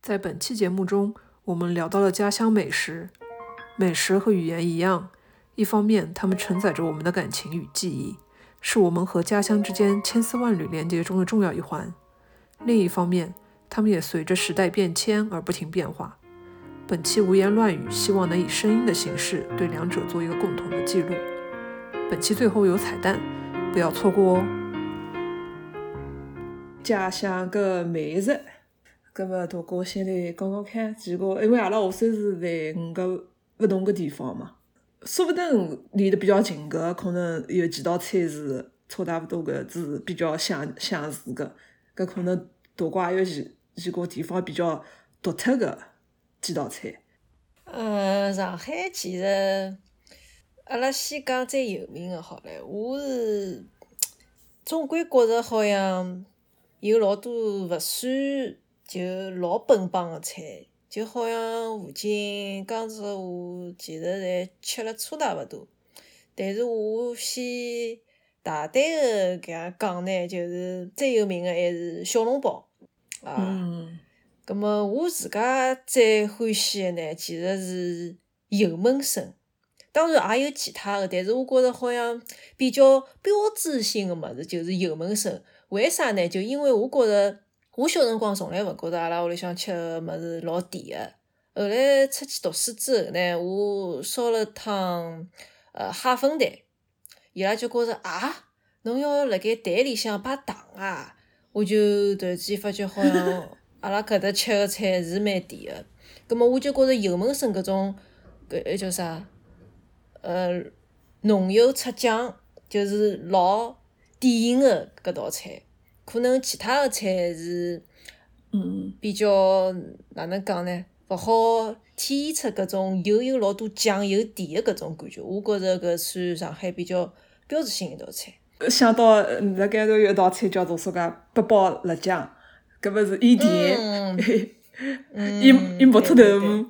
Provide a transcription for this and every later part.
在本期节目中，我们聊到了家乡美食。美食和语言一样，一方面它们承载着我们的感情与记忆，是我们和家乡之间千丝万缕连接中的重要一环；另一方面，它们也随着时代变迁而不停变化。本期胡言乱语希望能以声音的形式对两者做一个共同的记录。本期最后有彩蛋，不要错过哦。 家乡的美食，葛末大哥先来讲讲看几个，因为阿拉学生是在5个勿同个地方嘛，说不定离得比较近个，可能有几道菜是差大勿多个，是比较相似个，搿可能大哥也有几个地方比较独特个几道菜。 上海其实，阿拉先讲最有名个好了。我是总归觉着好像有老多勿算就老本帮个菜，就好像附近江浙沪其实侪吃了差大勿多。但是我先大胆个搿样讲呢，就是最有名个还是小笼包啊。葛末我自家最欢喜个呢，其实是油焖笋。当然也有其他个，但是我觉着好像比较标志性个物事就是油焖笋。为啥呢？就因为我觉着我小辰光从来勿觉着阿拉屋里向吃个物事老甜个。后来出去读书之后呢，我烧了趟蟹粉蛋，伊拉就觉着侬要辣盖蛋里向摆糖啊！我就突然之间发觉好像阿拉搿搭吃个菜是蛮甜个。葛末我就觉着油焖笋搿种搿叫啥？浓油赤酱就是老典型的搿道菜，可能其他的菜是比较哪能讲呢？勿好体现出搿种有老多酱油甜的搿种感觉。我觉着搿算上海比较标志性一道菜。 想到辣盖头有一道菜叫做啥个八宝辣酱，搿勿是一甜一木头豆腐。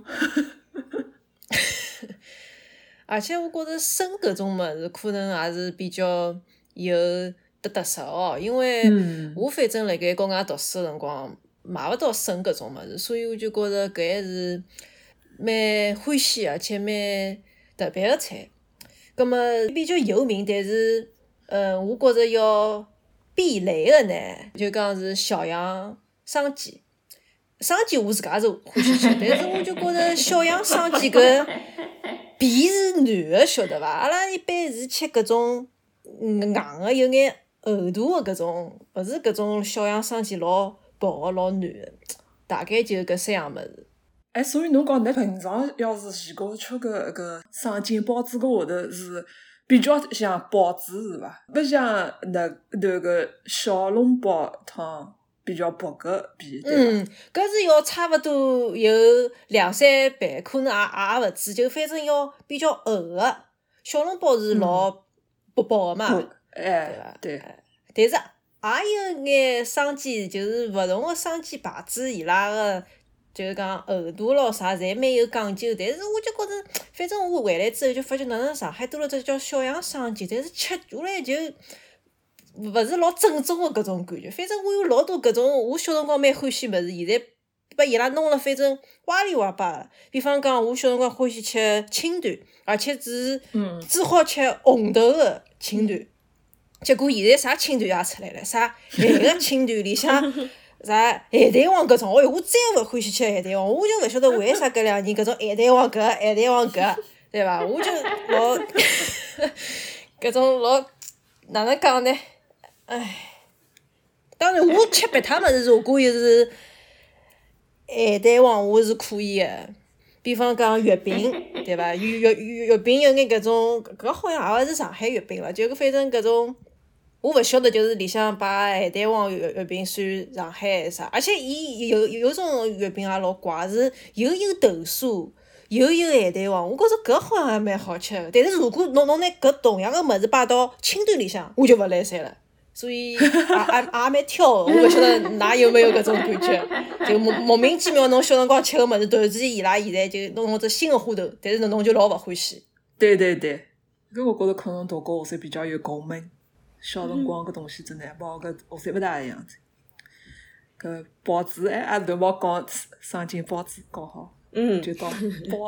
而且我觉着笋搿种物事可能也是比较有特色哦，因为我反正辣盖国外读书个辰光买勿到笋搿种物事，所以我就觉着搿还是蛮欢喜而且蛮特别个菜。葛末比较有名，但是我觉着要避雷个呢，就讲是小杨生煎。生煎我自家是欢喜吃，但是我就觉着小杨生煎搿皮是软个，晓得伐？阿拉一般是吃搿种硬个，有眼厚度个搿种，勿是搿种小杨生煎老薄个、老软个。大概就搿三样物事。 所以侬讲，㑚平常要是前高头吃搿生煎包子搿下头是比较像包子是伐？勿像那个小笼包汤比较薄个皮，对伐？ 搿是要差勿多有2-3倍，可能也勿止，就反正要比较厚个。小笼包是老薄个嘛，对伐？ 对。 但是也有眼生煎，就是勿同个生煎牌子，伊拉个就是讲厚度咯啥，侪蛮有讲究。但是我就觉着，反正我回来之后就发觉，哪能上海多了只叫小杨生煎，但是吃下来就勿是老正宗个搿种感觉。反正我有老多搿种我小辰光蛮欢喜物事，现在把伊拉弄了，反正歪里歪巴个。比方讲，我小辰光欢喜吃青团，而且只好吃红头个青团。结果现在啥青团也出来了，啥咸个青团里向啥咸蛋黄搿种，我再勿欢喜吃咸蛋黄，我就勿晓得为啥搿两年搿种咸蛋黄搿，对伐？我就老搿种老哪能讲呢？当然我吃别他物事，如果又是咸蛋黄，我是可以个。比方讲月饼，对伐？月饼有眼搿种，搿好像也勿是上海月饼了，就反正搿种。我勿晓得，就是里向摆咸蛋黄月饼算上海还是啥，而且伊有种月饼也老怪，是又有豆酥又有咸蛋黄，我觉着搿好像还蛮好吃的。但是如果侬拿搿同样个物事摆到青团里向，我就勿来三了。所以也蛮挑的，我勿晓得㑚有没有搿种感觉，就莫名其妙侬小辰光吃个物事，突然之间伊拉现在就弄只新个花头，但是侬就老勿欢喜。 对，搿我觉着可能大哥学生比较有共鸣。小辰光搿东西真难包，搿学生勿大一样子。 搿包子，阿头毛讲上进包子搞好，就到包。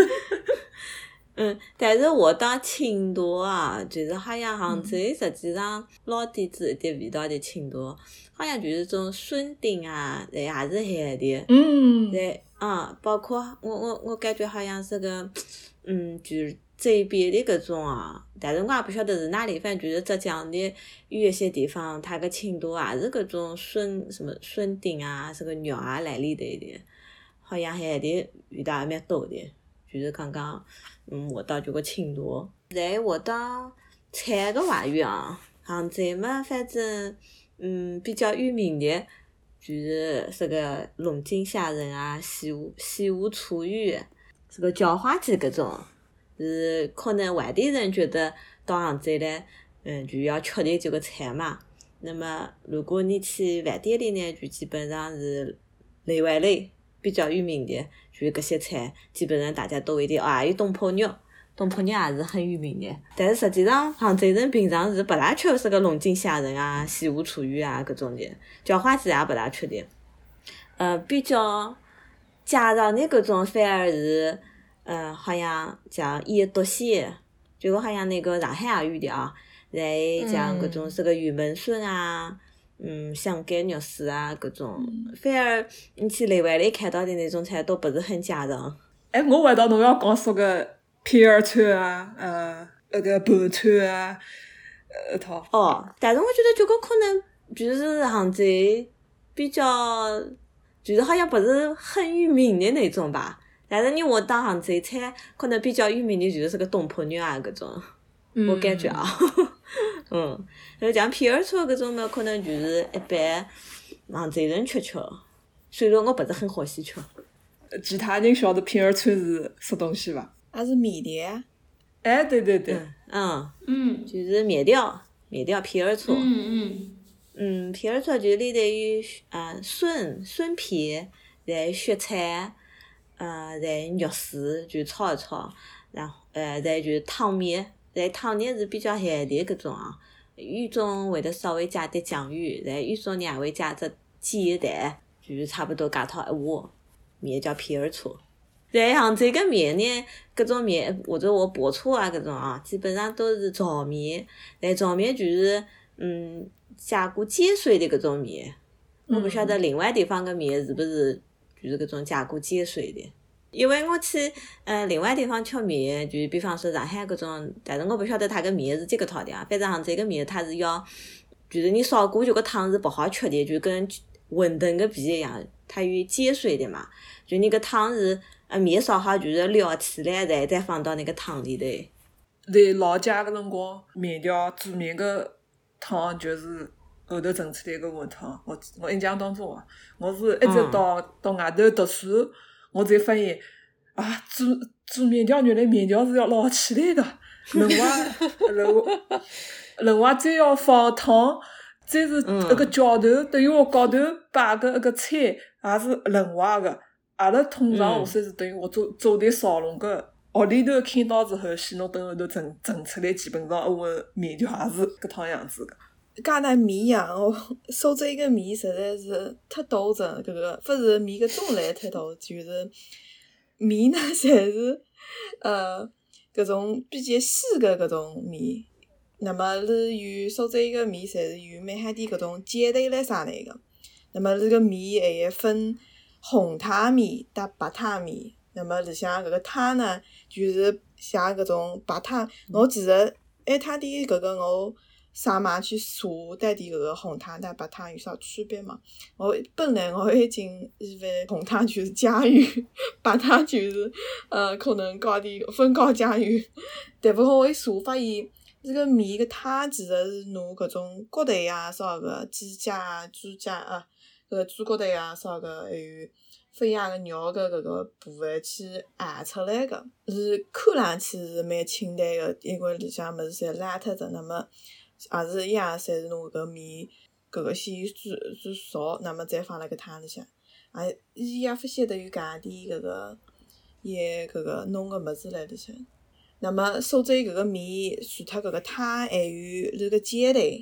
但是我到青岛啊，就是好像杭州实际上老底子一点味道的青岛，好像就是种笋丁啊，也是咸的。对，包括我感觉好像是个，就是这边的搿种啊，但是我也不晓得是哪里，反正就是浙江的有一些地方，它个青岛也是搿种什么笋丁啊，是个肉啊来里头的，好像咸的味道也蛮多的。就是刚刚，我到这个青岛，在我到菜个话语啊，杭州嘛，反正比较有名的，就是个龙井虾仁啊，西湖醋鱼，这个叫花鸡搿种，是可能外地人觉得到杭州来，就要吃的这个菜嘛。那么如果你去饭店里呢，就基本上是内外类比较有名的。就是搿些菜，基本上大家都会的。还有东坡肉也是很有名的。但是实际上，杭州人平常是不大吃这个龙井虾仁啊、西湖醋鱼啊搿种的，叫花鸡也不大吃的。比较家常的搿种反而是，好像像腌笃鲜，就好像那个上海也有的啊。再像搿种是个玉门笋啊。香干肉丝啊，搿种，反而你去内外里看到的那种菜都不是很家常。 我回到侬要讲说个片儿川啊，那个拌川啊，一套。 但是我觉得这个可能就是杭州比较，就是好像不是很有名的那种吧。但是你我到杭州菜，可能比较有名的就是个东坡肉啊搿种，我感觉啊。像片儿川搿种嘛，可能就是一般杭州人吃，虽然我不是很欢喜吃。 其他人晓得片儿川是啥东西伐？ 也是面条。 对。 就是面条片儿川。片儿川就里头有笋片，再雪菜，再肉丝就炒一炒，然后再就是汤面。汤面是比较咸的搿种啊，有种会得稍微加点酱油，然后有种也会加只鸡蛋，就是差不多加套一锅面叫片儿川。在杭州个面呢，搿种面或者我薄醋啊搿种啊，基本上都是糙面，但糙面就是加过碱水的搿种面。我不晓得另外地方个面是不是就是搿种加过碱水的。因为我去另外地方吃面，就比方说上海搿种，但是我不晓得它个面是这个套的啊。反正杭州个面它是要，就是你烧过这个汤是不好吃的，就跟馄饨个皮一样，它有碱水的嘛。就你个汤是面烧好就是撩起来再放到那个汤里头。 在老家个辰光，面条煮面个汤就是后头盛出来个碗汤。我印象当中啊，我是一直到外头读书。我才发现煮面条原来面条是要捞起来的，另外再要放汤，再是那个浇头，等于我高头摆个那个菜也是另外的。阿拉通常下算是等于我做点烧笼个，学里头看到之后，先侬等后头盛出来，基本上一碗面条也是搿趟样子的。 加拿面样苏州个面实在是太多种，搿个不是面个种类太多，就是面呢侪是搿种比较细个搿种面。那么是有苏州个面侪是有蛮海点搿种碱头来啥类个。那么这个面还有分红汤面搭白汤面。那么里向搿个汤呢，就是像搿种白汤，我其实他的搿个我上网去查到底搿个红汤搭白汤有啥区别嘛？本来我已经以为红汤就是加油，白汤就是可能高点分高加油，但不过我一查发现这个面个汤其实是拿搿种骨头啊啥个鸡架啊猪架啊搿个猪骨头啊啥个还有分养个肉个搿个部分去熬出来个，是看上去是蛮清淡个，因为里向物事侪烂脱着，那么也是一样，侪是拿搿面搿个先煮熟，那么再放辣搿汤里向。伊也勿晓得有加点搿个也搿个弄个物事辣里向。那么苏州搿个面除脱搿个汤，还有那个碱头，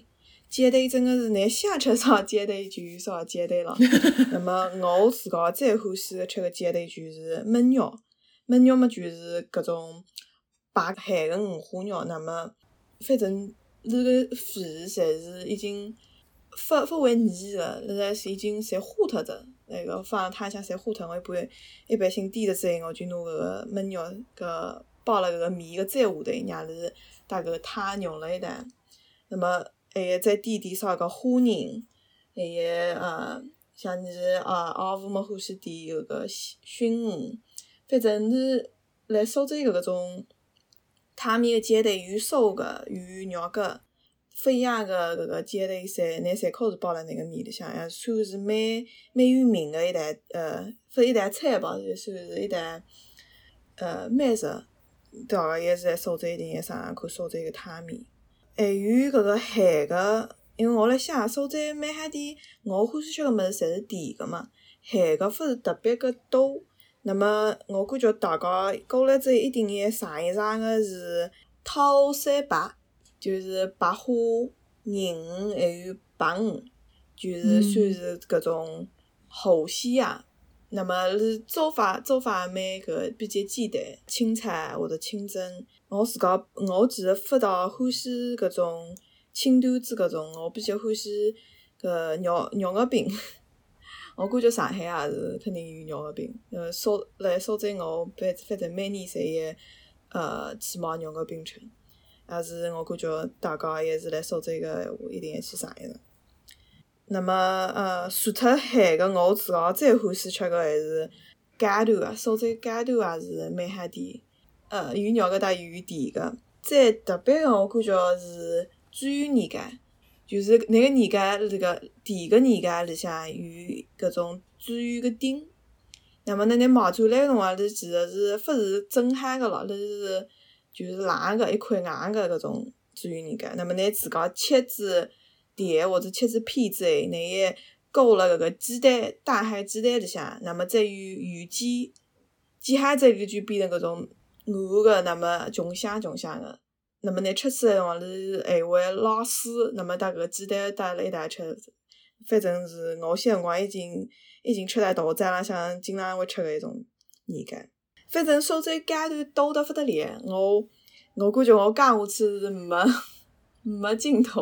简单真的是拿想吃啥简单就有啥简单了。那么我自家最欢喜吃个简单就是焖肉，焖肉嘛就是搿种白海个五花肉，那么反正那个味侪是已经不会腻的，现在是已经侪化脱的，那个放汤里向侪化脱。我一般性点了之后，我就拿搿个焖肉搿包了搿个面个蘸下头，让里搭搿个汤融了一道。那么还有再点啥个花仁，还有像是熬父嘛欢喜点搿个熏鱼，反正是来苏州搿种汤面个简单有酥个有肉个飞鸭个搿个简单侪拿3口是包辣那个面里向，也算是蛮有名个一道不是一道菜吧，就算是一道美食。对个，也是在苏州一定要尝尝看苏州个汤面。还有搿个咸个，因为我辣想苏州蛮哈点，我欢喜吃个物事侪是甜个嘛，咸个勿是特别个多。那么我感觉大家过来之后一定要尝一尝个是套三白，就是白花、银鱼还有白鱼，就是算是搿种河鲜啊。那么是做法也蛮搿比较简单，清菜或者清蒸。我其实勿大欢喜搿种清端子搿种，我比较欢喜搿肉肉饼。我感觉上海也是肯定有肉个饼。来苏州我反正每年侪有去买肉个饼吃，也是我感觉大家也是来苏州个一定要去尝一尝。那么除脱咸个，我自家最欢喜吃个还是芥团啊，苏州芥团也是蛮哈点。有肉个搭有甜个，最特别个我感觉是鲫鱼年糕，就是那个年糕那个甜个年糕里向有搿种鲫鱼个丁。那么拿买转来个辰光，其实是勿是正夯个咯，是就是冷个一块硬个搿种鲫鱼年糕。那么拿自家切至甜或者切至偏之后，拿伊勾辣搿个大海鸡蛋里向，那么再有油煎好之后就变成搿种暗个，那么穷香个。那么拿吃起来辰光是还会老水，那么搭搿个鸡蛋搭辣一道吃，反正是我小辰光已经吃了大餐浪向经常会吃个一种年糕。反正苏州芥团多得不得了，我感觉我讲下去是没尽头。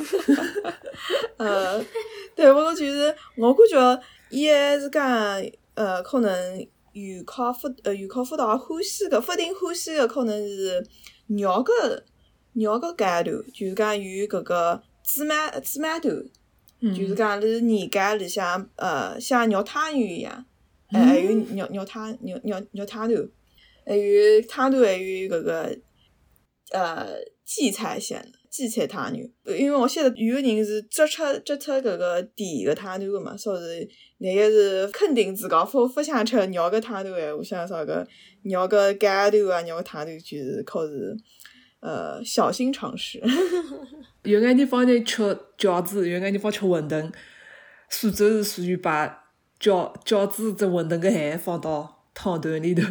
对，不过就是我感觉伊还是讲可能有靠辅导欢喜个，不定欢喜个可能是肉个芥团，就是讲有搿个芝麻团，就是讲是年糕里向像肉汤圆一样，还有肉汤团，还有汤团，还有搿个荠菜汤圆。因为我晓得有个人是只吃搿个甜个汤团个嘛，所以那个是肯定自家不想吃肉个汤团闲话，像啥个肉个芥团啊，肉个汤团就是靠是小心尝试。 有眼地方呢吃饺子，有眼地方吃馄饨。苏州是属于把饺子这馄饨个馅放到汤团里头。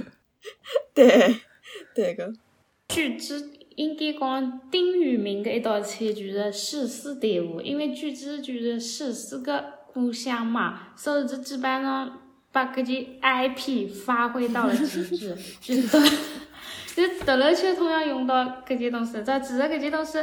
对个。 巨资应该讲丁宇明的一道菜就是誓师队伍，因为巨资就是誓师个故乡嘛，所以这基本上把搿件 IP 发挥到了极致，就是特楼区同样用到搿件东西，这其实搿件东西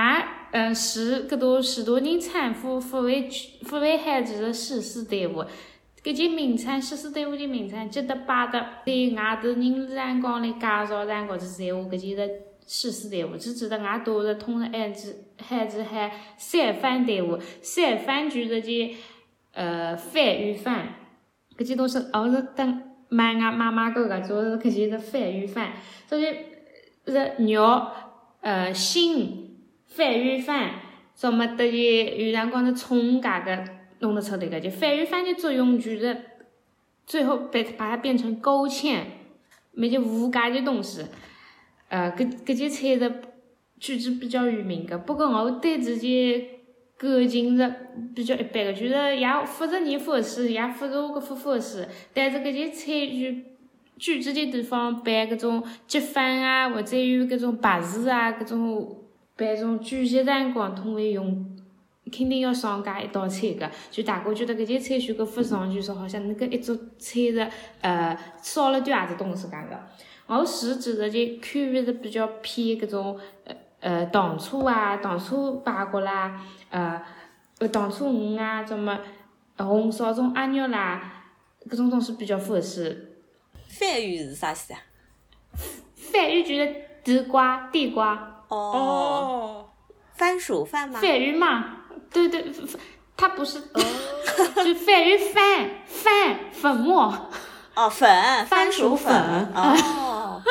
许多人搀扶为海其实誓师队伍。搿件名称誓师队伍的名称值得摆得对外头人辰光来介绍咱搿只闲话，搿件是誓师队伍，只记得外头是通常喊三番队伍，三番就是件番与饭，搿件东西我是等买俺妈妈搿个做搿件是番与饭，所以是肉心番与饭，什么得有辰光是葱搿个弄得出来个，就番与饭的作用就是最后把它变成勾芡，没就无搿的东西。搿件菜是句子比较有名个，不过我对自己感情是比较一般个，就是也不是你欢喜，也不是我不欢喜，但是搿件菜就句子的地方办搿种鸡饭啊，或者有搿种白事啊，搿种办种酒席辰光统会用肯定要上架一道菜个，就大家觉得搿件菜选搿发上去说，好像那个一桌菜是少了点啥子东西介个。我市指的这区域是比较偏搿种糖醋啊、糖醋排骨啦、糖醋鱼啊，什么红烧种鸭肉啦，搿种东西比较合适。 番禺是啥西啊？ 番禺就是地瓜、地瓜。 哦， 番薯饭吗？ 番禺嘛，对对，它不是，就番禺粉末。 哦，番薯粉。哦。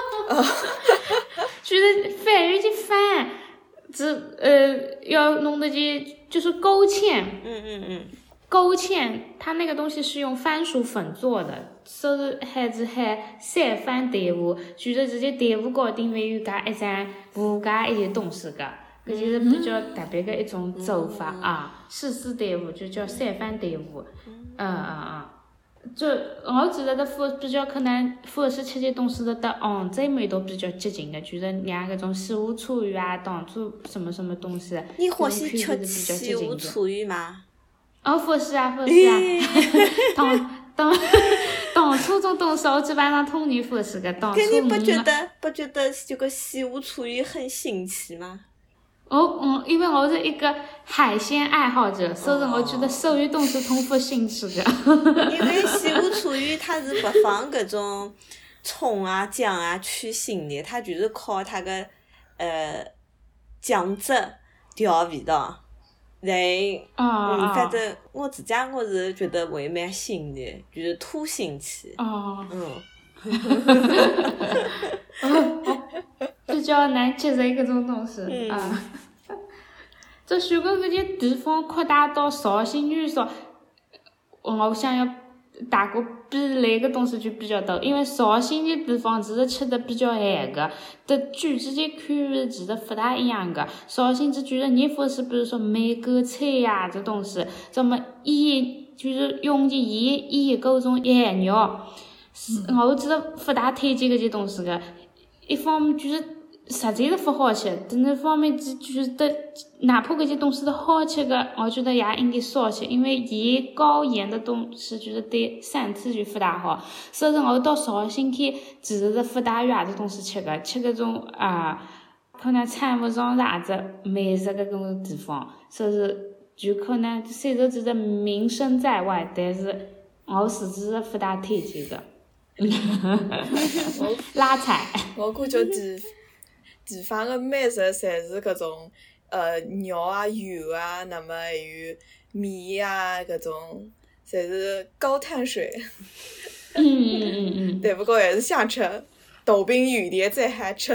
就是番禺的饭，要弄的就是勾芡。勾芡，它那个东西是用番薯粉做的，所以还是三番豆腐，就是直接豆腐高头面有加一层附加一些东西的，搿就是比较特别的一种做法啊。四丝豆腐就叫三番豆腐。就我记得的比较可能合适吃些东西的杭州味道比较接近的，就是像搿种西湖醋鱼啊、糖醋什么什么东西。 你欢喜吃西湖醋鱼吗？ 欢喜啊！糖醋种东西，我基本上统年欢喜个糖醋鱼。 搿你不觉得这个西湖醋鱼很新奇吗？ 因为我是一个海鲜爱好者，所以我觉得所有东西统不新奇的。 因为西湖醋鱼它是不放搿种葱啊、姜啊去腥的，它就是靠它个酱汁调味道。反正我自家是觉得会蛮新的，就是图新奇。 比较难接受搿种东西啊。这如果搿些地方扩大到绍兴、玉绍，我想要大家比来个东西就比较多，因为绍兴的地方其实吃的比较咸个，具体的区域其实不大一样个。绍兴只觉得你或是比如说梅干菜呀这东西，怎么就是用的腌各种咸肉，我觉得不大推荐搿些东西个。一方面就是实在是不好吃，但那方面就是哪怕搿些东西是好吃个，我觉得也应该少吃，因为高盐的东西就是对身体就不大好。所以我到绍兴去，其实是不大有啥子东西吃个，吃搿种可能掺不上啥子美食搿种地方，所以就可能虽然只是名声在外，但是我自己是不大推荐个。拉菜， 我感觉地方的美食侪是搿种肉啊、油啊，那么还有米啊搿种，侪是高碳水。对不过还是想吃豆饼油条再还吃。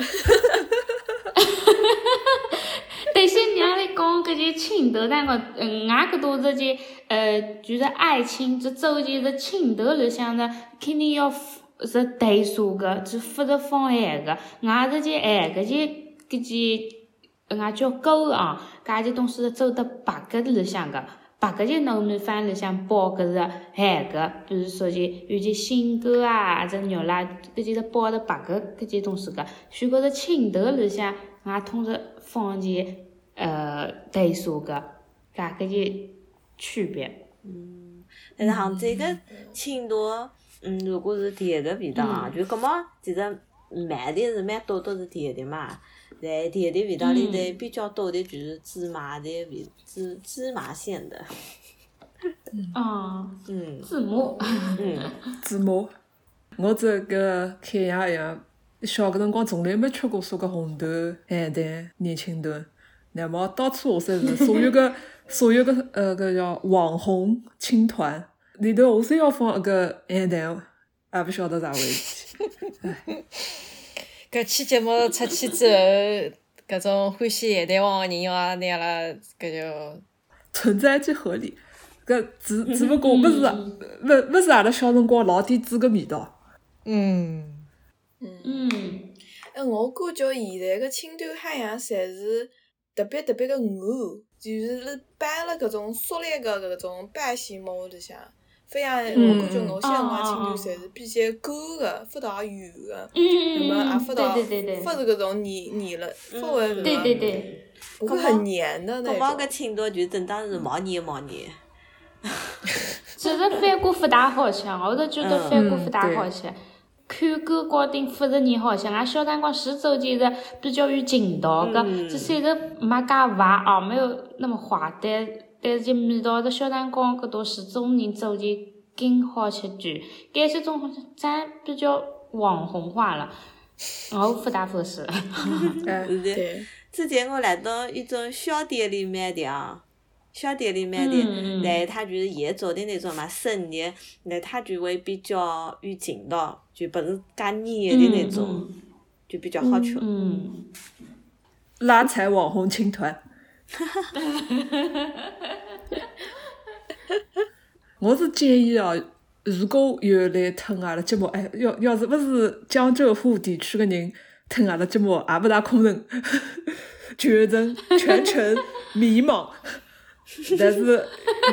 但是你要来讲搿些青豆蛋糕，俺搿都是就是爱情这周期的青豆里向的，肯定要是豆沙个，就不是放咸个。俺搿些俺叫狗啊，搿些东西是做的白搿里向个，白搿些糯米饭里向包搿是咸个，比如说有些杏干啊，或者肉啦，搿些是包的白搿些东西个。如果是青豆里向，俺通常放点豆沙个，搿些区别。 但是杭州个青豆，如果是甜的味道啊，就搿么其实卖的是蛮多都是甜的嘛。在甜的味道里头比较多的就是芝麻的芝麻馅的。 芝麻。 芝麻。我这个开牙一样，小个辰光从来没吃过啥个红豆、咸蛋、年轻炖。那么到处下山是所有个搿叫网红青团里头，下山要放个咸蛋，也不晓得啥回事。 搿期节目出去之后，搿种欢喜咸蛋黄的人啊，拿阿拉搿就存在即合理。搿只不过勿是阿拉小辰光老点子个味道。 我感觉现在个青团海洋侪是特别个暗，就是摆辣搿种塑料个搿种保鲜膜里向， 反正我感觉我些辰光青团侪是比较干个，幅度也圆个，那么也幅度勿是搿种黏了，稍微对， 不会很黏的那国防搿种。 青团就真当是毛黏。 其实反过勿大好吃，我是觉得反过勿大好吃。看干高顶复杂人好像，俺小辰光是走进是比较有劲道个，这虽然没介滑啊，没有那么滑，但是就味道是小辰光搿道是种人走进更好吃句，搿些种咱比较网红化了，我不大合适。 对， 之前我来到一种小店里买的啊。小店里买的，然后它就是也做的那种嘛生的，然后它就会比较有劲道，就不是介黏的那种，就比较好吃。 拉踩网红青团。我是建议哦，如果有来听阿拉节目，要是勿是江浙沪地区的人听阿拉节目，也勿大可能全程迷茫。但是，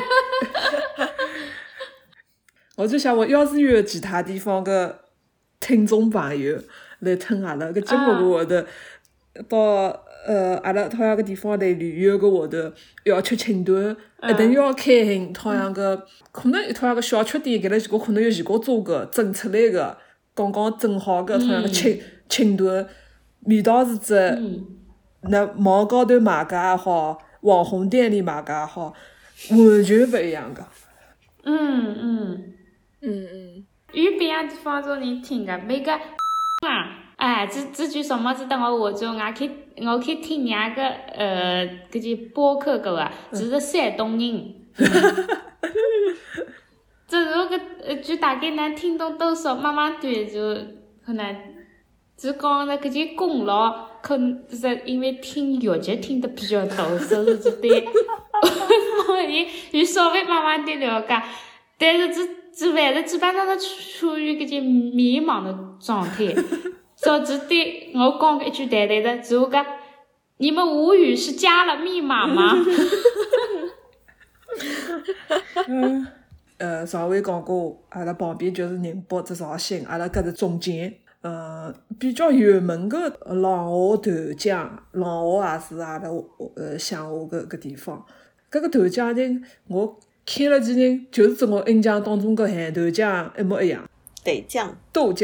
我就想，我要是有其他地方的听众朋友来听阿拉个节目个下头，到阿拉讨样个地方来旅游个下头，要吃青团，一定要开心。讨样个可能一讨样个小缺点，搿辣前头可能有前头做个整出来个，刚刚整好个讨样个青团，味道是只那网高头卖个也好。网红店里买个也好，完全不一样个。 有别样地方种人听个，每个这句什么子等我下周我去听人家个搿句播客个是山东人。这如果就大概能听懂多少，慢慢对就可能就讲的搿句功劳。可能是因为听粤剧听得比较多，所以就对我有稍微慢慢的了解，但是这反正基本上是处于搿种迷茫的状态。就只对我讲个一句淡淡的，就讲你们无语是加了密码吗？ 上回讲过，阿拉旁边就是宁波只绍兴，阿拉搿是中间。比较热门个浪河豆浆，浪河也是阿拉乡下搿地方。搿个豆浆呢，我看了几人，就是跟我印象当中个咸豆浆一模一样。豆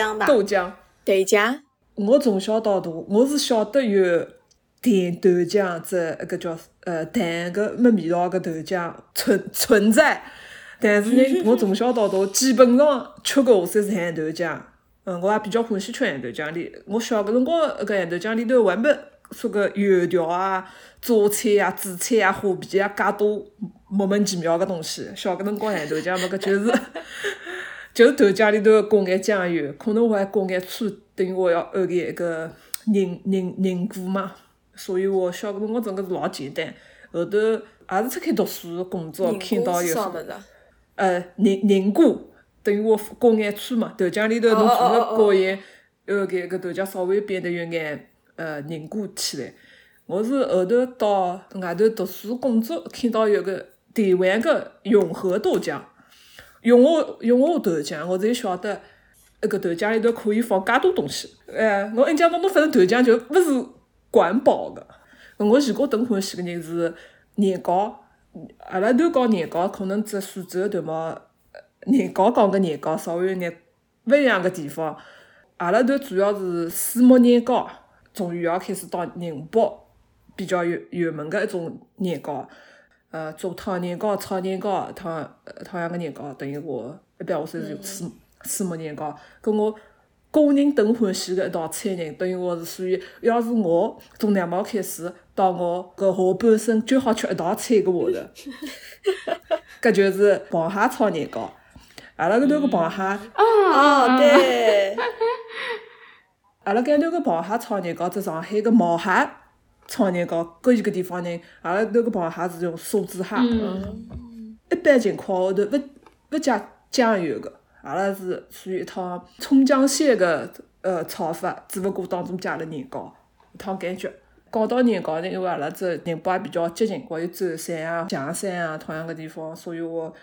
浆。我从小到大，我是晓得有甜豆浆，搿叫淡个没味道个豆浆存在，但是呢，我从小到大基本上吃个下侪是咸豆浆。我也比较欢喜吃咸豆浆里。我小个辰光，搿咸豆浆里头完没说个油条啊、榨菜啊、紫菜啊、虾皮啊，介多莫名其妙个东西。小个辰光咸豆浆搿就是豆浆里头加眼酱油，可能我还加眼醋，等于我要按眼个凝固嘛。所以我小个辰光真个是老简单。后头也是出去读书工作，看到有凝固。等于我加眼醋嘛，豆浆里头侬除了加盐，搿豆浆稍微变得有眼凝固起来。我是后头到外头读书工作，看到有个台湾个永和豆浆，永和豆浆，我才晓得搿豆浆里头可以放介多东西。我印象当中反正豆浆就勿是管饱个。我前高更欢喜个人是年糕，阿拉都讲年糕，可能只苏州对嘛。年糕讲个年糕稍微有眼勿一样个地方，阿拉头主要是水木年糕，从余姚开始到宁波比较热门个一种年糕，做汤年糕、炒年糕、汤样个年糕，等于我一般我算是用水木年糕。跟我个人更欢喜个一道餐人，等于我是属于，要是我从2毛开始到我搿下半生最好吃一道菜个下头，搿就是螃蟹炒年糕。阿拉搿头个螃蟹， 对， 阿拉搿头个螃蟹炒年糕，只上海个毛蟹炒年糕，搿个地方人，阿拉头个螃蟹是用梭子蟹，一般情况下头勿加酱油个，阿拉是属于一趟葱姜蟹个炒法，只勿过当中加了年糕，一趟感觉。讲到年糕呢，因为阿拉这宁波也比较接近，还有舟山啊、象山啊，同样个地方，所以我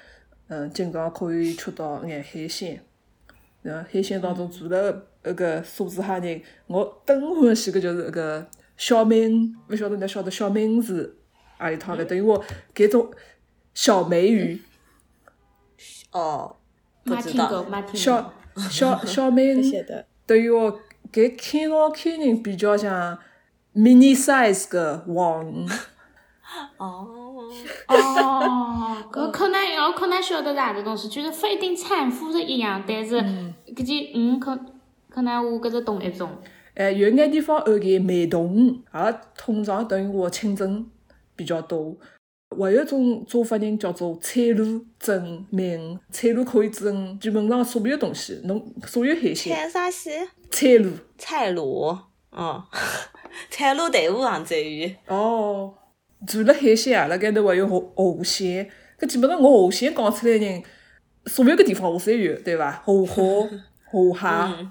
经常可以吃到眼海鲜。海鲜当中除了那个苏子虾仁，我更欢喜个就是那个小鳗，勿晓得侬晓得小鳗是何里趟个？等于我搿种小梅鱼。 哦，不没知道。 听过，没听过。 小鳗，等于我搿看人比较像 mini size 个黄鱼。 哦， 搿可能晓得是何只东西，就是不一定产妇是一样，但是搿件鱼可能我搿是同一种。 有眼地方搿梅冻鱼，阿拉通常等于我清蒸比较多。还有一种做法人叫做彩鲈蒸梅鱼，彩鲈可以蒸基本上所有东西，侬所有海鲜。 菜啥戏？ 彩鲈。 菜鲈，菜鲈豆腐行鲫鱼。 哦，除了海鲜，阿拉搿头还有河鲜。搿基本上我河鲜讲出来人，所有个地方我侪有，对伐？河虾、河蟹。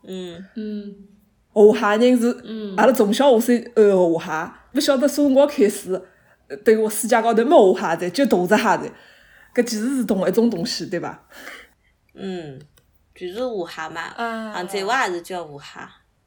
河蟹人是阿拉从小我是河蟹，勿晓得从我开始。对我世界高头没河蟹的，就大只蟹的，搿其实是同一种东西，对伐？ 就是河蟹嘛，杭州话也是叫河蟹。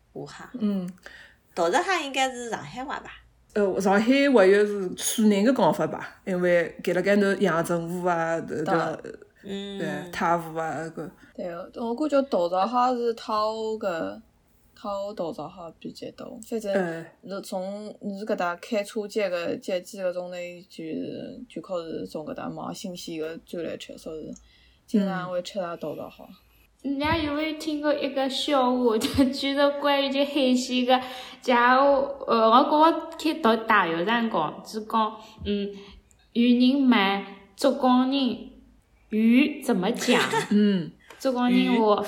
大只蟹应该是上海话吧？ 上海还有是苏南个讲法吧，因为搿辣盖头阳澄湖啊，对，太湖啊搿。 对，我感觉大闸蟹是讨大闸蟹比较多，反正从你搿搭开车几个钟头就靠是从搿搭网新鲜个转来吃，所以经常会吃大闸蟹。 人家有没有听过一个笑话，就是关于这海鲜个？假如我跟我去读大学辰光，是讲有人问浙江人鱼怎么讲？浙江人话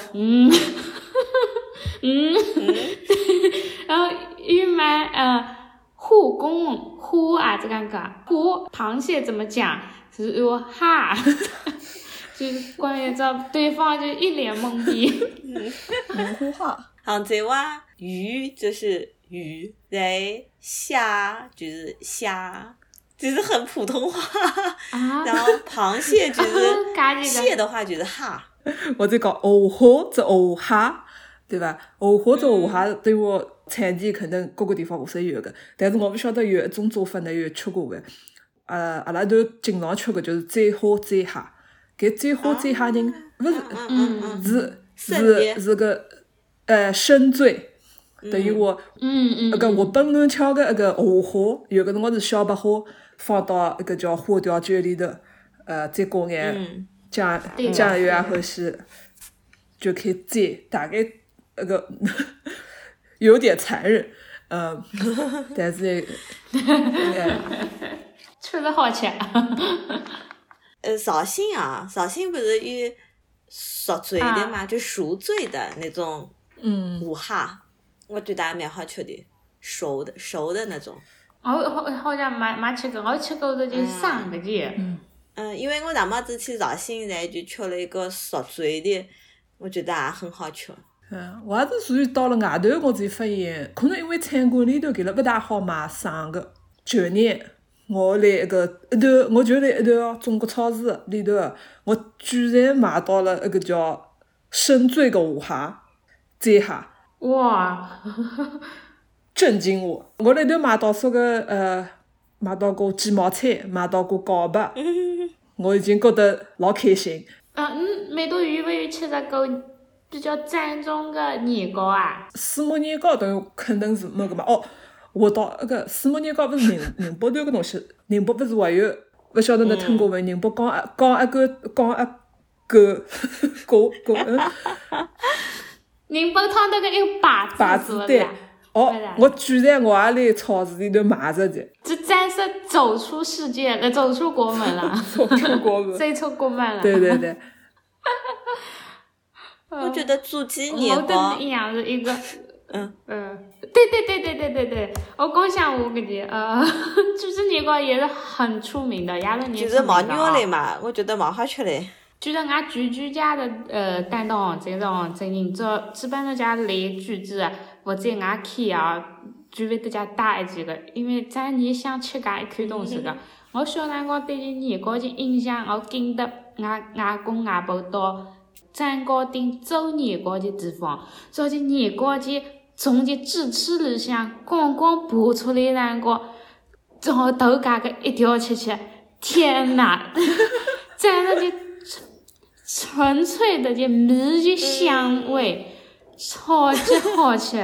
然后又问护工也是搿个螃蟹怎么讲？是说哈。就是关于这，对方就一脸懵逼。 文湖话， 杭州话鱼就是鱼，虾就是虾，就是很普通话。然后螃蟹就是蟹的话就是哈。 或者讲河虾只河蟹，对伐？河虾只河蟹对我产地可能各个地方侪有个，但是我勿晓得有一种做法，侬有吃过伐？阿拉都经常吃个就是醉虾醉蟹。搿醉虾醉蟹人勿是个生醉，等于我我本来吃个那个河虾，有个辰光是小白虾，放到那个叫花雕酒里头，再加眼酱油啊，后些就可以醉，大概那个有点残忍，但是吃的好吃。 绍兴不是有熟醉的嘛，就熟醉的那种河蟹，我觉得还蛮好吃的，熟的那种。 好像没吃过，我吃过的就是生的鸡。 因为我上辈子去绍兴然后就吃了一个熟醉的，我觉得也很好吃。 我也是属于到了外头我才发现，可能因为餐馆里头搿了勿大好买生的。去年我来一段，我就来一段中国超市里头，我居然买到了那个叫生醉的河蟹、醉蟹。 哇！ 震惊我！我来头买到说个买到过鸡毛菜，买到过苕白，我已经觉得老开心。 每到有没有吃着个比较正宗的年糕啊？ 水磨年糕等于肯定是没个嘛。我到那个水磨年糕不是宁波头个东西，宁波不是还有勿晓得侬听过没？宁波江一狗宁波汤那个一个把子对。我居然我也来超市里头买着的， 这真是走出世界了，走出国门了， 走出国门， 走出国门了。 对对对。 我觉得猪鸡年糕一样是一个，对，我刚想我感觉猪鸡年糕也是很出名的，亚洲年就是毛肉类嘛，我觉得蛮好吃的。 就是俺居家的担当这种人，基本上家来居住或者俺去就会得家带几个，因为咱你想吃搿一口东西个， 我小辰光对于年糕节印象，我跟得外公外婆到站高顶走年糕节地方，做起年糕节从这智齿里向刚刚爬出来辰光，然后头家个一条吃，天哪！蘸着这纯粹的这米的香味，超级好吃，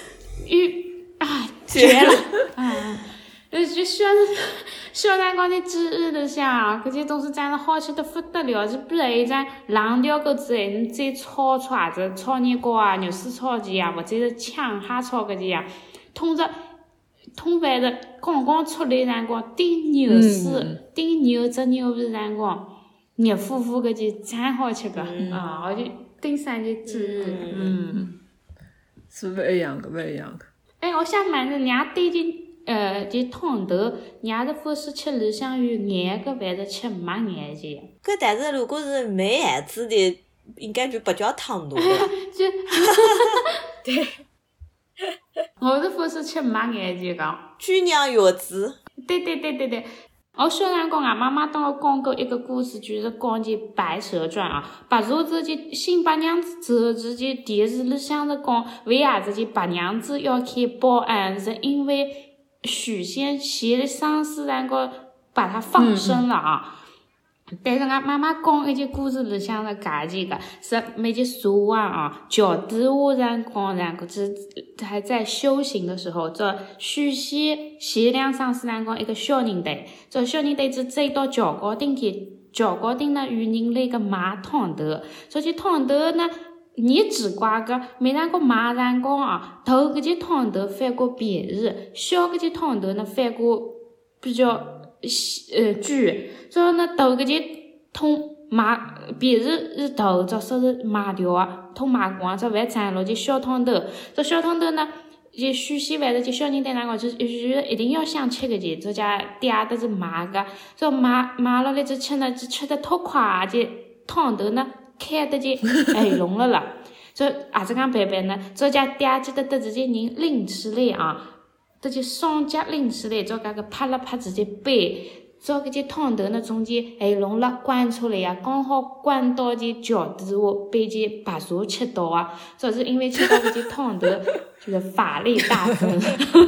绝了！就小辰光的记忆里向，搿些东西真是好吃得不得了，就比如一张2条狗子哎，你再炒串子、炒年糕啊、肉丝炒鸡啊，或者是呛虾炒搿些啊，通饭的刚刚出来辰光，滴肉丝、滴牛汁、牛皮辰光，热乎乎搿些真好吃个啊！我就顶上就记忆， 是勿一样个，勿一样个。 哎，我想问是娘对就汤头，娘是欢喜吃里向有盐个，还是吃没盐的？ 搿但是如果是没盐子的，应该就不叫汤头了。 就对， 我是欢喜吃没盐的讲。 猪酿药子。 对。我小辰光，俺妈妈跟我讲过一个故事，就是讲起《白蛇传》啊。白蛇子就新白娘子走之前，电视里向是讲为啥子就白娘子要去报案，是因为许仙携了丧尸辰光把他放生了啊。但是俺妈妈讲一件故事里向是搿件个，是每件蛇王啊，脚底下辰光是还在修行的时候，这许仙携两丧尸辰光一个小人队，这小人队子走到桥高顶去，桥高顶呢有人来个买汤头，这些汤头呢。你奇怪个，每辰光买辰光啊，大搿件汤头翻过便宜，小搿件汤头呢翻过比较贵，所以呢大搿件通买便宜是大，只说是买掉啊，通买光只还赚了件小汤头，这小汤头呢。就许仙反正就小人对辰光就一定要想吃搿件，这家嗲的是买个，这买了来就吃呢，就吃得忒快，这汤头呢。开得就聋了啦，这也是讲办法呢？这家嗲记得自己人拎起来啊，这就双脚拎起来，这个啪啦啪直接背，这搿些汤头呢中间聋了灌出来呀，刚好灌到这脚底下，被这白蛇吃到啊，这是因为吃到搿些汤头，就是法力大增，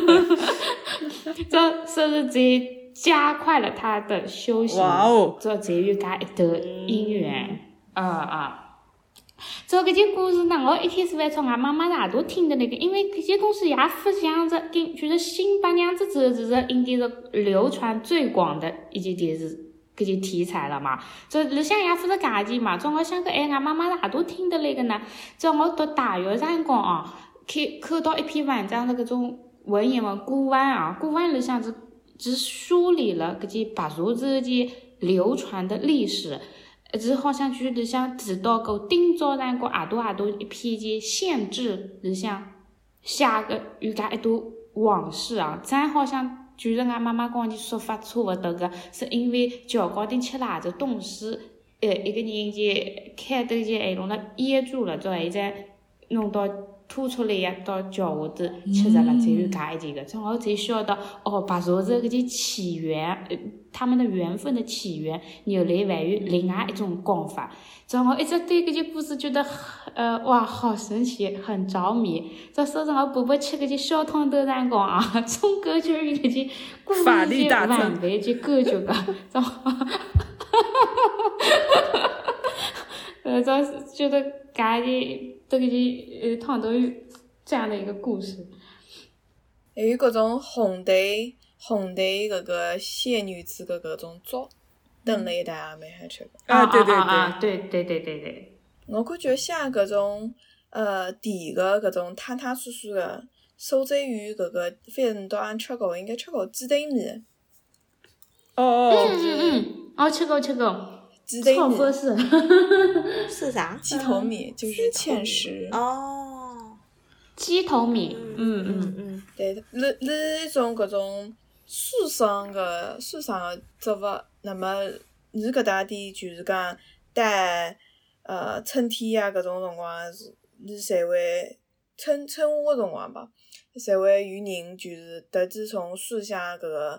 这说是这加快了他的修行，这才有搿一段姻缘。这搿件故事呢，我一开始还从俺妈妈那头听的那个，因为搿些东西也不像着跟就是新白娘子这是应该是流传最广的一件电视搿件题材了嘛。这里向也不是假件嘛，这我想个俺妈妈那头听的那个呢，这我读大学辰光啊，看到一篇文章的搿种文言文古文啊，古文里向只梳理了搿件白蛇这件流传的历史。是好像就是里向提到过，今朝辰光阿多一篇件县志里向写个有搿一段往事啊，真好像就是俺妈妈讲的说法差勿多个，是因为桥高顶吃辣子冻死，一个人就开头就弄了噎住了，之后再弄到吐出来呀，到脚下头吃着了，才有搿一件个，正好才晓得白蛇子搿件起源，他们的缘分的起源，由来还有另外一种讲法。正好一直对搿件故事觉得哇，好神奇，很着迷。这说是我婆婆吃搿件小汤头辰光啊，总感觉有搿件故事就完备就感觉个，正好，这觉得搿件。这个汤头有这样的一个故事， 还有搿种红队搿个仙女子的搿种粥，炖了一袋也蛮好吃的。 对。 我感觉像搿种甜的搿种汤汤水水的，首再有搿个反正到俺吃过，应该吃过鸡蛋米。 我吃过。 鸡头米是啥？ 鸡头米就是芡实。 鸡头米， 对，是一种搿种酸爽的植物。那么你搿搭点就是讲带春天啊搿种辰光，你侪会春夏个辰光吧，侪会有人就是特地从山下搿个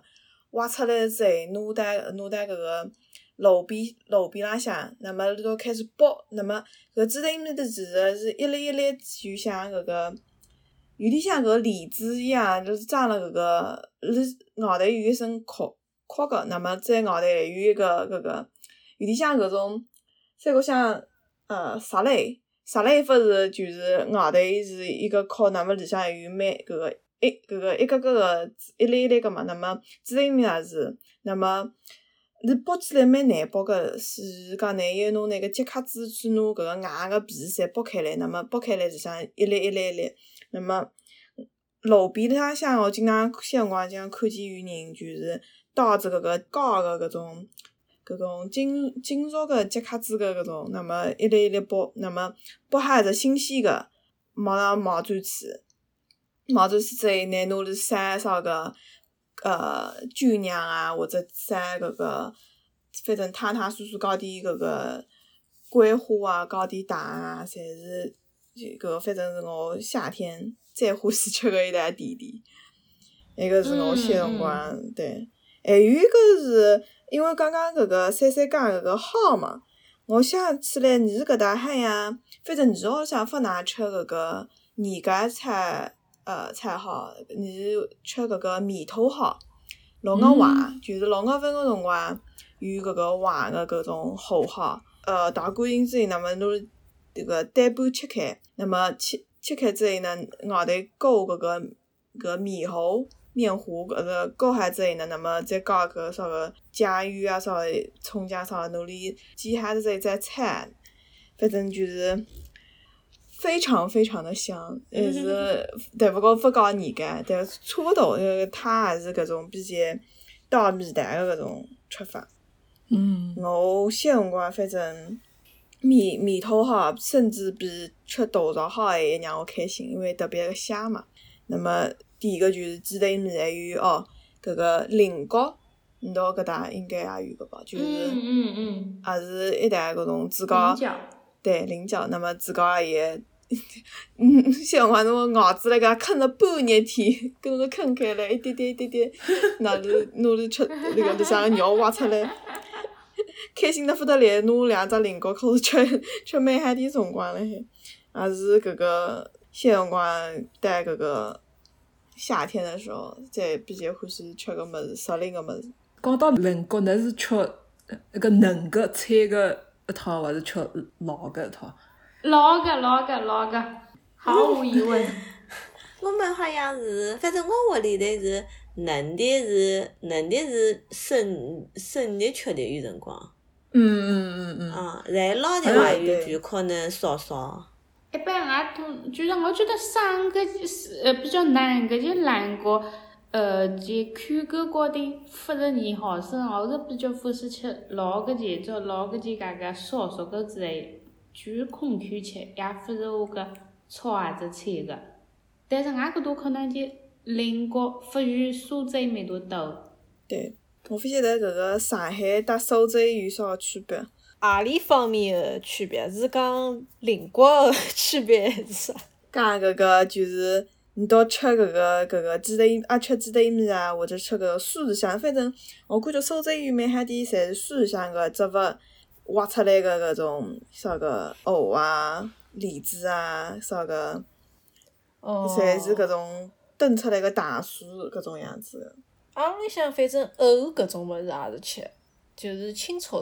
挖出来之后，拿到搿个路边浪向，那么里头开始剥，那么搿猪头伊面头其实是一粒一粒，就像搿个有点像搿个梨子一样，就是装了搿个外头有一层壳个，那么再外头还有一个搿个有点像搿种三国像石雷勿是就是外头是一个壳，那么里向有搿个一个个一粒一粒个嘛，那么猪头伊面也是，那么是剥起来蛮难剥个，是讲难以拿那个脚卡子去拿搿个外个皮侪剥开来，那么剥开来里向一粒一粒一粒，那么路边浪向我经常些辰光经看见有人就是带着搿个高个搿种金属个脚卡子个搿种，那么一粒一粒剥，那么剥好是新鲜个，马上冒转起之后，拿拿里撒啥个酒酿啊，或者撒搿个，反正汤汤水水搞点搿个桂花啊，搞点糖啊，侪是搿个反正是我夏天最欢喜吃个一道甜点。埃个是我小辰光对，还有一个是因为刚刚搿个讲搿个蒿嘛，我想起来你搿搭好像，反正你好像勿哪吃搿个年芥菜蒿，你吃搿个面头蒿，6月槐，就是6月份个辰光有搿个槐个搿种厚蒿，大观音之后，那么拿迭个单半切开，那么切开之后呢，外头勾搿个面糊搿个勾好之后呢，那么再加搿啥个酱油啊，啥个葱姜啥个，拿里煎好之后再炒，反正就是非常非常的香，是但勿搞年芥，但差勿多，它也是搿种比较到味淡个搿种吃法。我小辰光反正面头蒿甚至比吃豆芽蒿还让我开心，因为特别个香嘛。那么第一个就是猪头面，还有搿个菱角，你到搿搭应该也有个吧，就是也是一袋搿种猪角，对菱角，那么猪角也小辰光侬咬住辣搿啃了半日天，搿个啃开来一点点，拿里吃那个里向个肉挖出来，开心得不得了，拿2只菱角开始吃蛮哈点辰光了还，也是搿个小辰光在搿个夏天的时候，才比较欢喜吃个物事，熟龄个物事。 讲到菱角，侬是吃那个嫩个菜个一套，还是吃老个一套？ 老个，毫无疑问。 我们好像是，反正我屋里头是嫩的是生日吃的有辰光。然后老的话就可能烧。 一般俺都就是我觉得生个比较嫩个就烂过，就看个高头80毫升，我是比较欢喜吃老个节奏，老个就搿个烧熟个之类，就空口吃，也勿是我个炒啥子菜个。但是俺搿搭可能就菱角不如苏州埃面搭多。 对，我勿晓得搿个上海搭苏州有啥区别？ 何里方面的区别？是讲菱角的区别还是啥？ 讲搿个就是你到吃搿个猪头吃猪头面啊，或者吃搿个蔬菜香，反正我感觉苏州有蛮哈点侪是蔬菜香个植物挖出来个搿种啥个藕啊、梨子啊，啥个，侪是搿种炖出来个糖水搿种样子个。 俺屋里向反正藕搿种物事也是吃，就是清炒。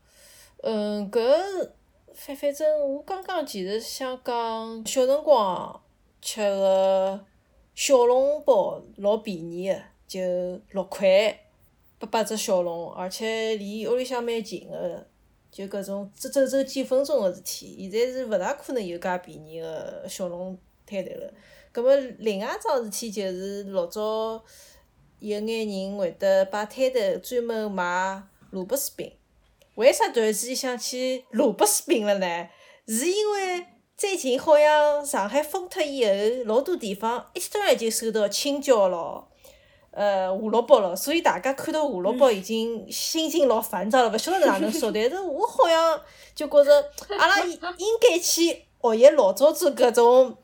搿反正我刚刚其实想讲，小辰光吃个小笼包老便宜个，就6块8只小笼，而且离屋里向蛮近个，就搿种走几分钟个事体。现在是勿大可能有介便宜个小笼摊头了。葛末另外一桩事体就是老早有眼人会得摆摊头专门卖萝卜丝饼。为啥突然之间想起萝卜丝饼了呢？是因为最近好像上海封脱以后，老多地方一突然就收到青椒咯，胡萝卜咯，所以大家看到胡萝卜已经心情老烦躁了，勿晓得哪能说。但是我好像就觉着阿拉应该去学习老早子搿种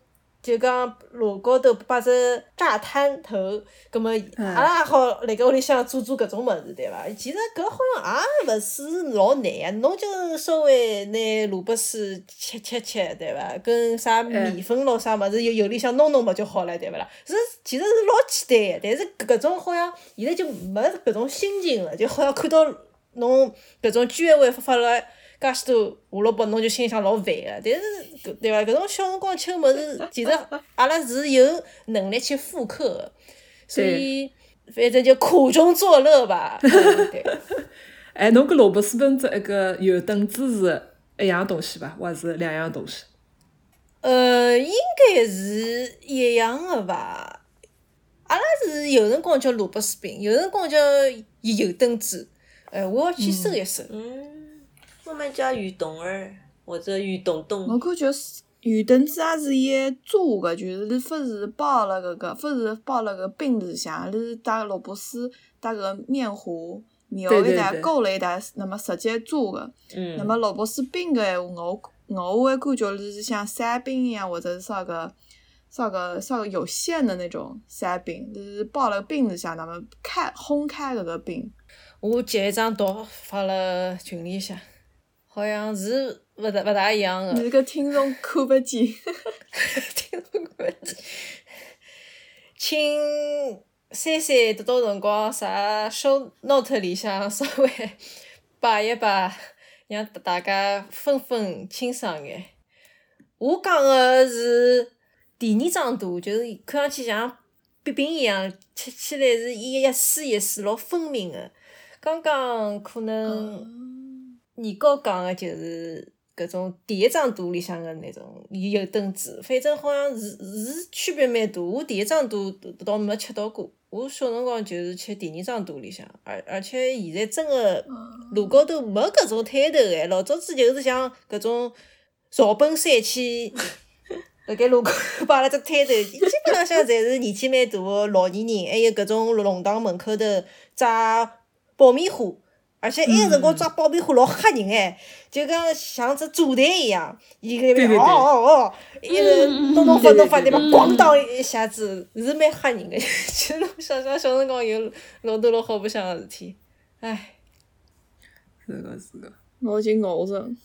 就讲路高头摆只炸摊头，葛末阿拉也好辣盖屋里向做搿种物事，对伐？其实搿好像也勿是老难啊，侬就稍微拿萝卜丝切，对伐？跟啥面粉咯啥物事油里向弄就好了，对勿啦？其实是老简单个，但是搿种好像现在就没搿种心情了，就好像看到侬搿种居委会发了介许多胡萝卜，侬就心里向老烦个。但是对伐？搿种小辰光吃个物事，其实阿拉是有能力去复刻个，所以反正就苦中作乐吧。对。 哎，侬搿萝卜丝跟一个油灯子是一样东西伐？或者是两样东西？ 应该是一样个吧。阿拉是有辰光叫萝卜丝饼，有辰光叫油灯子。我要去搜一搜。 我们叫鱼冻儿或者鱼冻冻。 我感觉油灯子也是伊做个，就是勿是包了搿饼里向，是打萝卜丝，打搿面糊，然后一带勾了一带，那么直接做个。那么萝卜丝饼个闲话，我会感觉是像扇饼一样，或者是烧个有馅的那种扇饼，就是包了饼里向，那么烘开搿个饼。 我截一张图发了群里向，好像是勿大一样个。 你个听众看不见。 听众看不见。请珊珊到辰光啥 show note 里向稍微摆一摆，让大家分清爽眼。我讲个是第二张图，就是看上去像饼一样，吃起来是一丝老分明个。刚刚可能年糕讲个就是搿种第一张图里向个那种油灯子，反正好像是区别蛮大。我第一张图倒没吃到过，我小辰光就是吃第二张图里向，而且现在真个路高头没搿种摊头个，老早子就是像搿种赵本山去辣盖路高头摆了只摊头，基本浪向侪是年纪蛮大个老年人，还有搿种弄堂门口头炸爆米花，而且埃个辰光抓爆米花老吓人哎，就讲像只炸弹一样，伊搿边一直弄发对伐？咣当一下子是蛮吓人个。其实侬想想小辰光有老多好白相个事体，唉。 是个。 我已经熬着。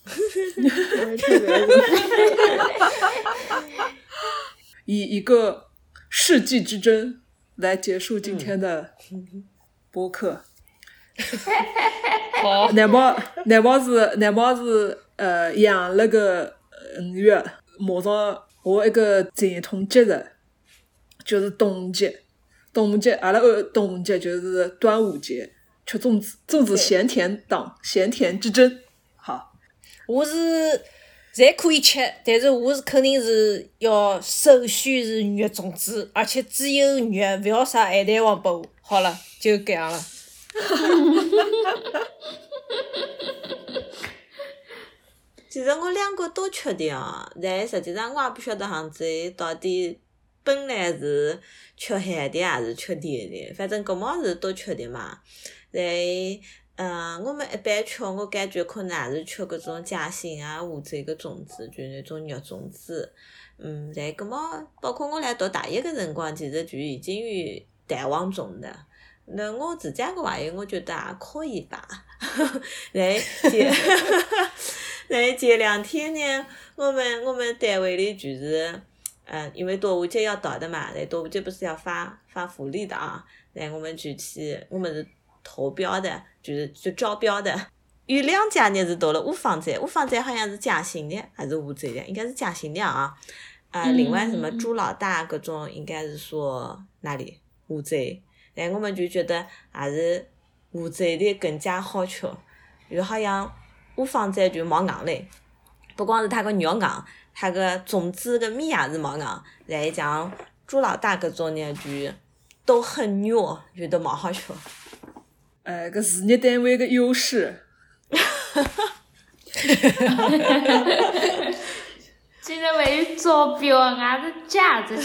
以一个世纪之争来结束今天的播客。 好。 难保是养了个5月，马上我一个传统节日就是端午节。阿拉端午节就是端午节，吃粽子咸甜党，咸甜之争。好， 我是侪可以吃，但是我是肯定是要首选是肉粽子，而且只有肉，勿要啥海带黄拨我。好了，就搿样了。 其实我两个都缺点哦，但实际上我也不晓得杭州到底本来是吃咸的还是吃甜的，反正搿么事都缺的嘛。我们一般吃，我感觉可能也是吃搿种嘉兴啊、湖州个粽子，就那种肉粽子。但搿么包括我来读大一个辰光，其实就已经有蛋黄粽的。那我自家个怀疑，我觉得也可以吧。前2天呢，我们单位里就是，因为端午节要到的嘛，端午节不是要发福利的啊，我们是投标的，就招标的。有2家呢是到了乌坊站好像是嘉兴的还是湖州的，应该是嘉兴的啊。另外什么朱老大各种应该是说哪里湖州。我们就觉得还是湖州的更加好吃，就好像乌坊站就毛硬嘞，不光是它个肉硬，它个粽子个面也是毛硬，然后像朱老大搿种呢就都很糯，觉得蛮好吃。 搿事业单位个优势。 竟然还有招标，俺是架子。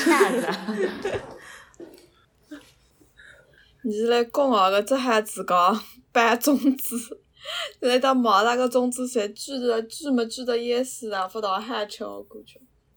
你是来讲个这还自家摆粽子，现在网上个粽子侪锯么锯的噎死了，不到海吃我感觉。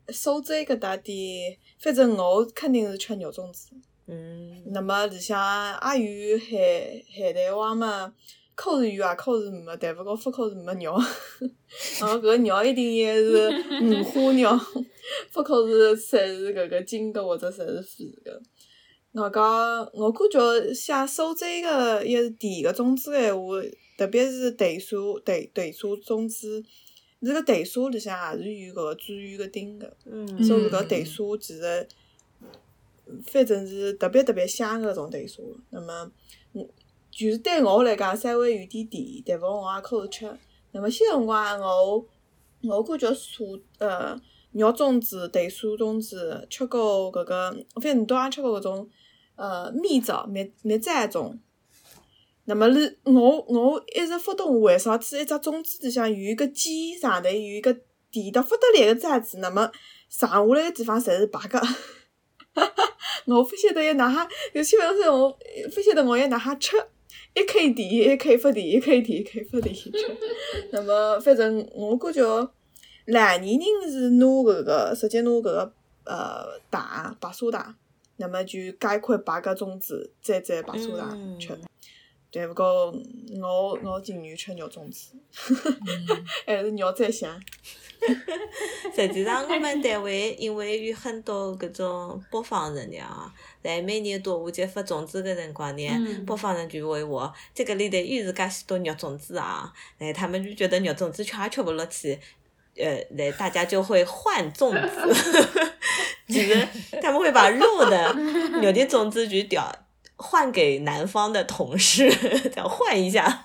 苏州搿搭点，反正我肯定是吃肉粽子。那么里向也有海带王嘛，口是有啊，口是没，但勿过复口是没肉。搿个肉一定也是五花肉，复口是侪是搿个金个或者侪是肥个。我感觉写苏州个一是甜个粽子闲话，特别是豆沙粽子，这个豆沙里向也是有搿个转圆个丁个，所以搿豆沙其实反正是特别香个种豆沙。那么就是对我来讲稍微有点甜，但勿我也可以吃。那么些辰光我感觉肉粽子、豆沙粽子吃过搿个，反正都也吃过搿种蜜枣、蜜秸粽。那么我一直勿懂为啥子一只粽子里向有一个尖，上头有一个甜得不得了个秸子，那么上下来个地方侪是白个。我不晓得要哪哈，有基本上我不晓得我要哪哈吃，一口甜，一口不甜，一口甜，一口不甜吃。那么反正我感觉懒年人是拿搿个，直接拿搿个白砂糖，那么就加一块白个粽子，再白砂糖吃。但不过我情愿吃肉粽子，还是肉最香。 实际上，我们单位因为有很多搿种北方人啊，在每年端午节发粽子的辰光呢，北方人就会话这个里头又是介许多肉粽子啊，他们就觉得肉粽子吃也吃不落去，大家就会换粽子，就是他们会把肉的粽子就换给南方的同事，再换一下。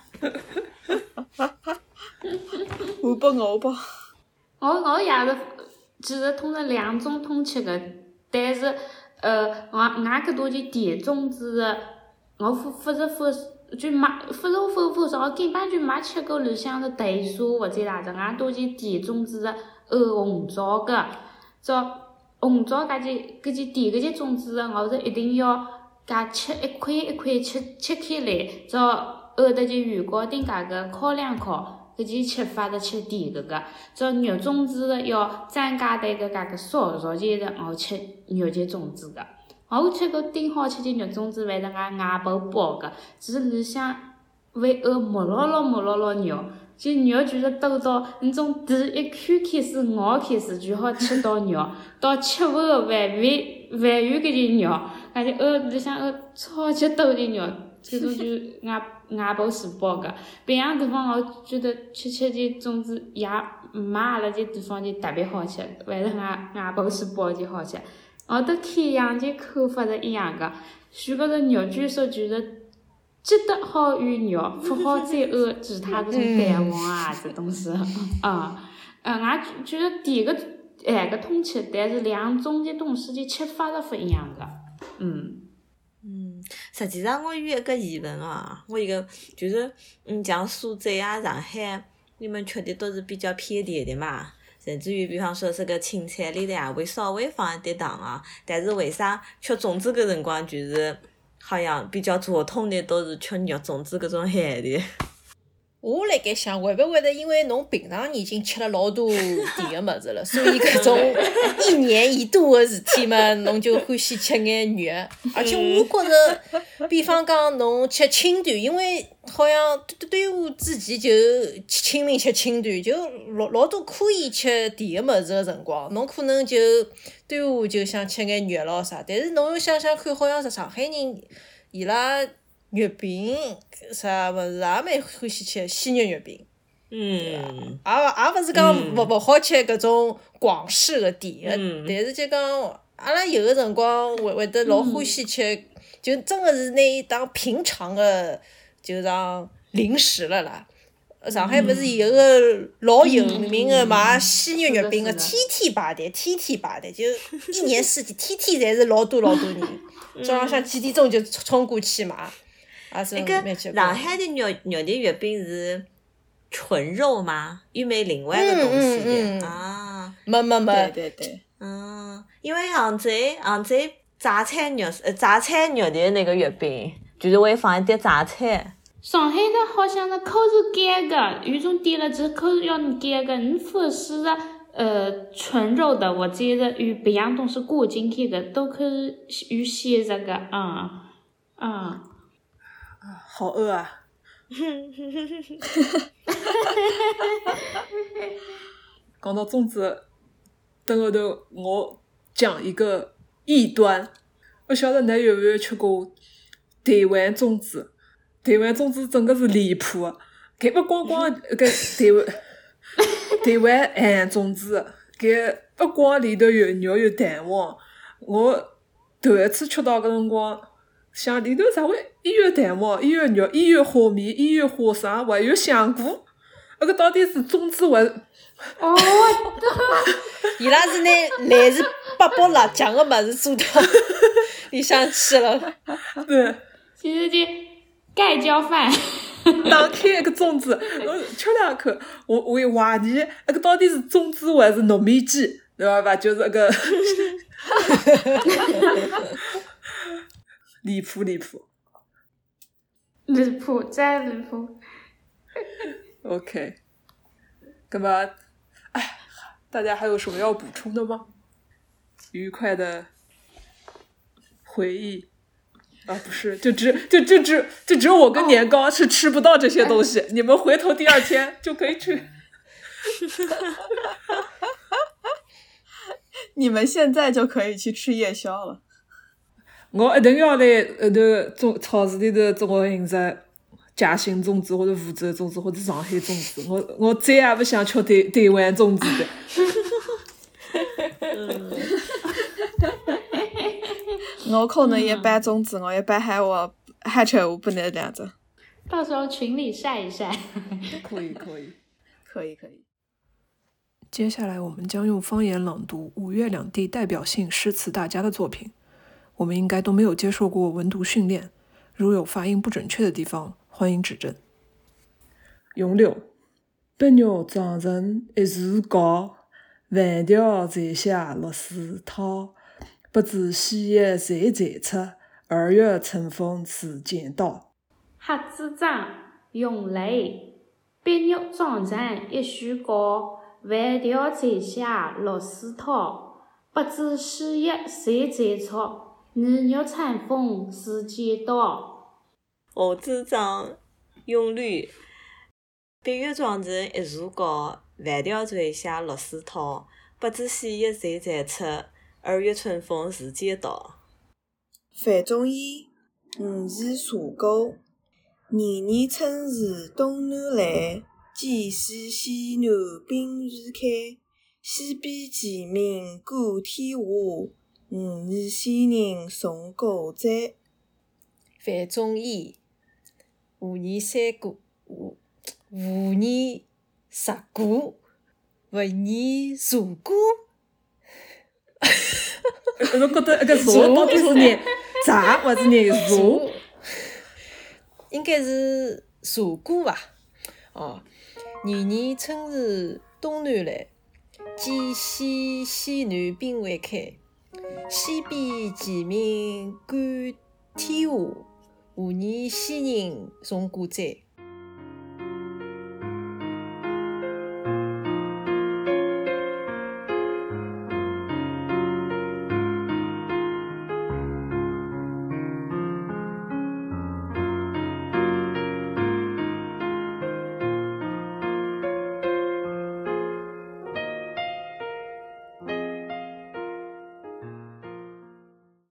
我不。 我也是，其实通常两种通吃的，但是我搿搭就甜粽子的，我不是就没我根本就没吃过里向的豆沙或者哪种，俺都是甜粽子的红枣个，红枣搿些甜搿些粽子的，我是一定要搿切一块一块切开来，后头就圆糕丁搿个烤两烤。搿些吃法是吃甜个，肉粽子的要蘸加对个搿个烧熟前的，我吃肉节粽子个。我吃过顶好吃的肉粽子，还是俺外婆包个，只是里向会木牢牢肉，就肉就是多到那种第一口开始咬开始就好吃到肉，到吃完个还完搿些肉，感觉里向超级多的肉，这种就外婆是包个，别样地方我觉得吃的粽子也没阿拉这地方就特别好吃，还是外婆是包就好吃。我的看样就口法是一样个，许多的肉据说就是只得好有肉，不好再其他这种蛋黄啊这东西俺觉得第一个个通吃，但是两种的东西的吃法是不一样的。 实际上我有一个疑问啊，我一个就是像苏州啊、上海，你们吃的都是比较偏甜的嘛，甚至于比方说这个青菜里头也会稍微放一点糖啊，但是为啥吃粽子的辰光就是好像比较传统的都是吃肉粽子搿种咸的？ 我辣盖想，会不会得因为侬平常已经吃了老多甜个物事了，所以搿种一年一度个事体嘛，侬就欢喜吃眼肉。而且我觉着，比方讲侬吃清淡，因为好像端午之前就清明吃清淡，就老多可以吃甜个物事个辰光，侬可能就端午就想吃眼肉咯啥。但是侬又想想看，好像是上海人伊拉月饼啥物事也蛮欢喜吃鲜肉月饼，也勿是讲勿好吃搿种广式个甜个，但是就讲阿拉有个辰光会得老欢喜吃，就真个是拿伊当平常个就当零食了啦。上海勿是有个老有名个卖鲜肉月饼个，天天排队，就一年四季天天侪是老多人，早浪向几点钟就冲过去买。 那个上海的肉的月饼是纯肉吗？有没有另外的东西的？ 没。 对。 因为杭州榨菜肉的那个月饼，就是会放一点榨菜。 上海的好像是口是干的，有种店了就是口要你干的，你不是纯肉的，我记得有别样东西裹进去的，都可以有写这个， 好饿啊！讲到粽子，等后头我讲一个异端，我晓得㑚有没有吃过台湾粽子？台湾粽子真的是离谱，搿不光搿台湾咸粽子，搿不光里头有肉有蛋黄，我头一次吃到搿辰光，想里头啥会还有蛋黄，还有肉，还有虾米，还有花生，还有香菇，搿到底是粽子还是？ 伊拉是拿来自八宝辣酱的物事做到里向去了。 对， 其实就盖浇饭。 打开一个粽子，我吃两口，我会怀疑那个到底是粽子还是糯米鸡，对吧？就是那个离谱， 再离谱。 OK， 那么，大家还有什么要补充的吗？愉快的回忆。不是，就只有我跟年糕是吃不到这些东西，你们回头第二天就可以去。 你们现在就可以去吃夜宵了。 我一定要来超市里头找我寻只嘉兴粽子或者福州粽子或者上海粽子，我再也不想吃台湾粽子的。 我可能也搬粽子，我也搬喊吃我不能这样子。 到时候群里晒一晒。 可以。 接下来我们将用方言朗读五粤两地代表性诗词大家的作品。我们应该都没有接受过文读训练，如有发音不准确的地方，欢迎指正。 咏柳，百鸟长成一树高，万条在下落水涛。不知细叶谁裁出，二月春风似剪刀。 黑子庄咏雷，百鸟长成一树高，万条在下落水涛。不知细叶谁裁出，二月春风似剪刀。 下子庄咏柳，百叶长成一树高，万条在下落水涛。不知细叶谁裁出，二月春风似剪刀。 范仲淹，五时茶沟。年年春时东南来，几时西南冰雨开。西边鸡鸣过天下，五年仙人送狗仔。 范仲淹，胡言三过，胡言十过，勿言茶过。 侬觉得那个茶到底是念茶还是念茶？ 应该是茶过吧。年年春时东南来，几时西南冰还开。西边鸡鸣过天下，五年仙人送狗仔。